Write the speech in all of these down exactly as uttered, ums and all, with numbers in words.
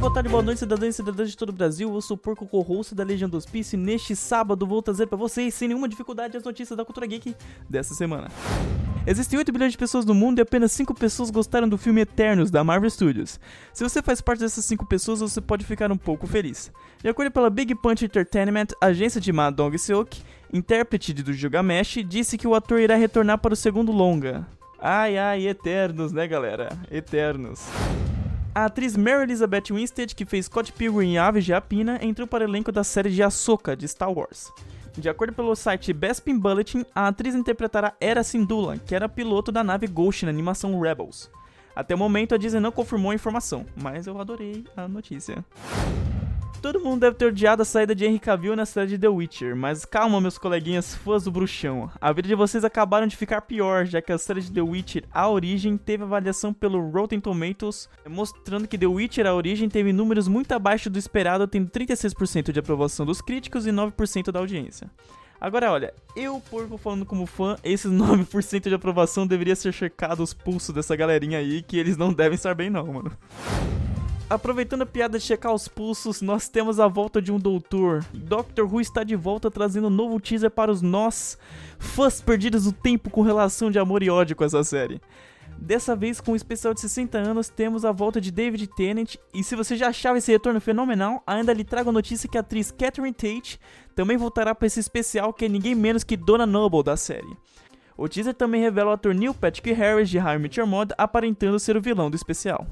boa tarde, boa noite, cidadãs e cidadãs de todo o Brasil. Eu sou o Porco Co-host da Legião do Hospício e neste sábado vou trazer pra vocês, sem nenhuma dificuldade, as notícias da cultura geek dessa semana. Existem oito bilhões de pessoas no mundo e apenas cinco pessoas gostaram do filme Eternos, da Marvel Studios. Se você faz parte dessas cinco pessoas, você pode ficar um pouco feliz. De acordo pela Big Punch Entertainment, agência de Ma Dong-seok, intérprete do Gilgamesh, disse que o ator irá retornar para o segundo longa. Ai ai, Eternos, né galera? Eternos. A atriz Mary Elizabeth Winstead, que fez Scott Pilgrim e Aves de Rapina, entrou para o elenco da série de Ahsoka, de Star Wars. De acordo pelo site Bespin Bulletin, a atriz interpretará Hera Syndulla, que era piloto da nave Ghost na animação Rebels. Até o momento a Disney não confirmou a informação, mas eu adorei a notícia. Todo mundo deve ter odiado a saída de Henry Cavill na série de The Witcher, mas calma meus coleguinhas fãs do bruxão, a vida de vocês acabaram de ficar pior, já que a série de The Witcher A Origem teve avaliação pelo Rotten Tomatoes, mostrando que The Witcher A Origem teve números muito abaixo do esperado, tendo trinta e seis por cento de aprovação dos críticos e nove por cento da audiência. Agora olha, eu, Porco, falando como fã, esses nove por cento de aprovação deveria ser checado os pulsos dessa galerinha aí, que eles não devem estar bem não, mano. Aproveitando a piada de checar os pulsos, nós temos a volta de um doutor. Doctor Who está de volta trazendo um novo teaser para os nós, fãs perdidos do tempo com relação de amor e ódio com essa série. Dessa vez, com um especial de sessenta anos, temos a volta de David Tennant, e se você já achava esse retorno fenomenal, ainda lhe trago a notícia que a atriz Catherine Tate também voltará para esse especial, que é ninguém menos que Donna Noble da série. O teaser também revela o ator Neil Patrick Harris de How I Met Your Mother aparentando ser o vilão do especial.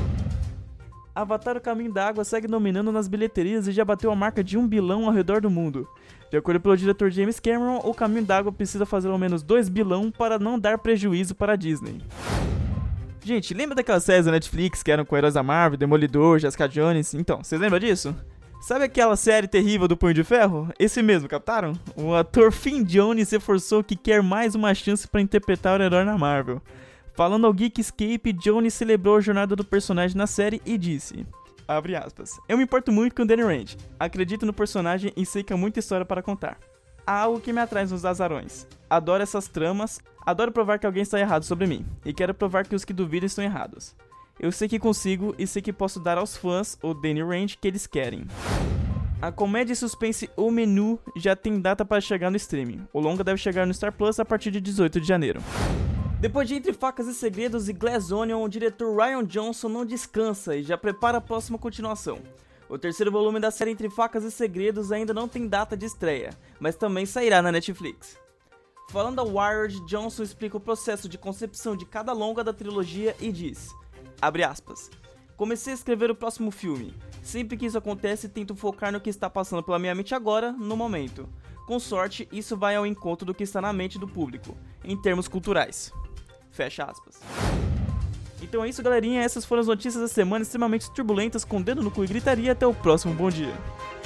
Avatar: O Caminho da Água segue dominando nas bilheterias e já bateu a marca de um bilhão ao redor do mundo. De acordo pelo diretor James Cameron, O Caminho da Água precisa fazer ao menos dois bilhões para não dar prejuízo para a Disney. Gente, lembra daquelas séries da Netflix que eram com heróis da Marvel, Demolidor, Jessica Jones? Então, vocês lembram disso? Sabe aquela série terrível do Punho de Ferro? Esse mesmo, captaram? O ator Finn Jones reforçou que quer mais uma chance para interpretar o herói na Marvel. Falando ao Geekscape, Jones celebrou a jornada do personagem na série e disse, abre aspas, eu me importo muito com Danny Rand, acredito no personagem e sei que há muita história para contar. Há algo que me atrai nos azarões, adoro essas tramas, adoro provar que alguém está errado sobre mim, e quero provar que os que duvidam estão errados. Eu sei que consigo e sei que posso dar aos fãs, o Danny Rand, que eles querem. A comédia e suspense O Menu já tem data para chegar no streaming, o longa deve chegar no Star Plus a partir de dezoito de janeiro. Depois de Entre Facas e Segredos e Glass Onion, o diretor Rian Johnson não descansa e já prepara a próxima continuação. O terceiro volume da série Entre Facas e Segredos ainda não tem data de estreia, mas também sairá na Netflix. Falando ao Wired, Johnson explica o processo de concepção de cada longa da trilogia e diz, abre aspas, comecei a escrever o próximo filme. Sempre que isso acontece, tento focar no que está passando pela minha mente agora, no momento. Com sorte, isso vai ao encontro do que está na mente do público, em termos culturais. Fecha aspas. Então é isso, galerinha. Essas foram as notícias da semana extremamente turbulentas, com dedo no cu e gritaria. Até o próximo Bom Dia.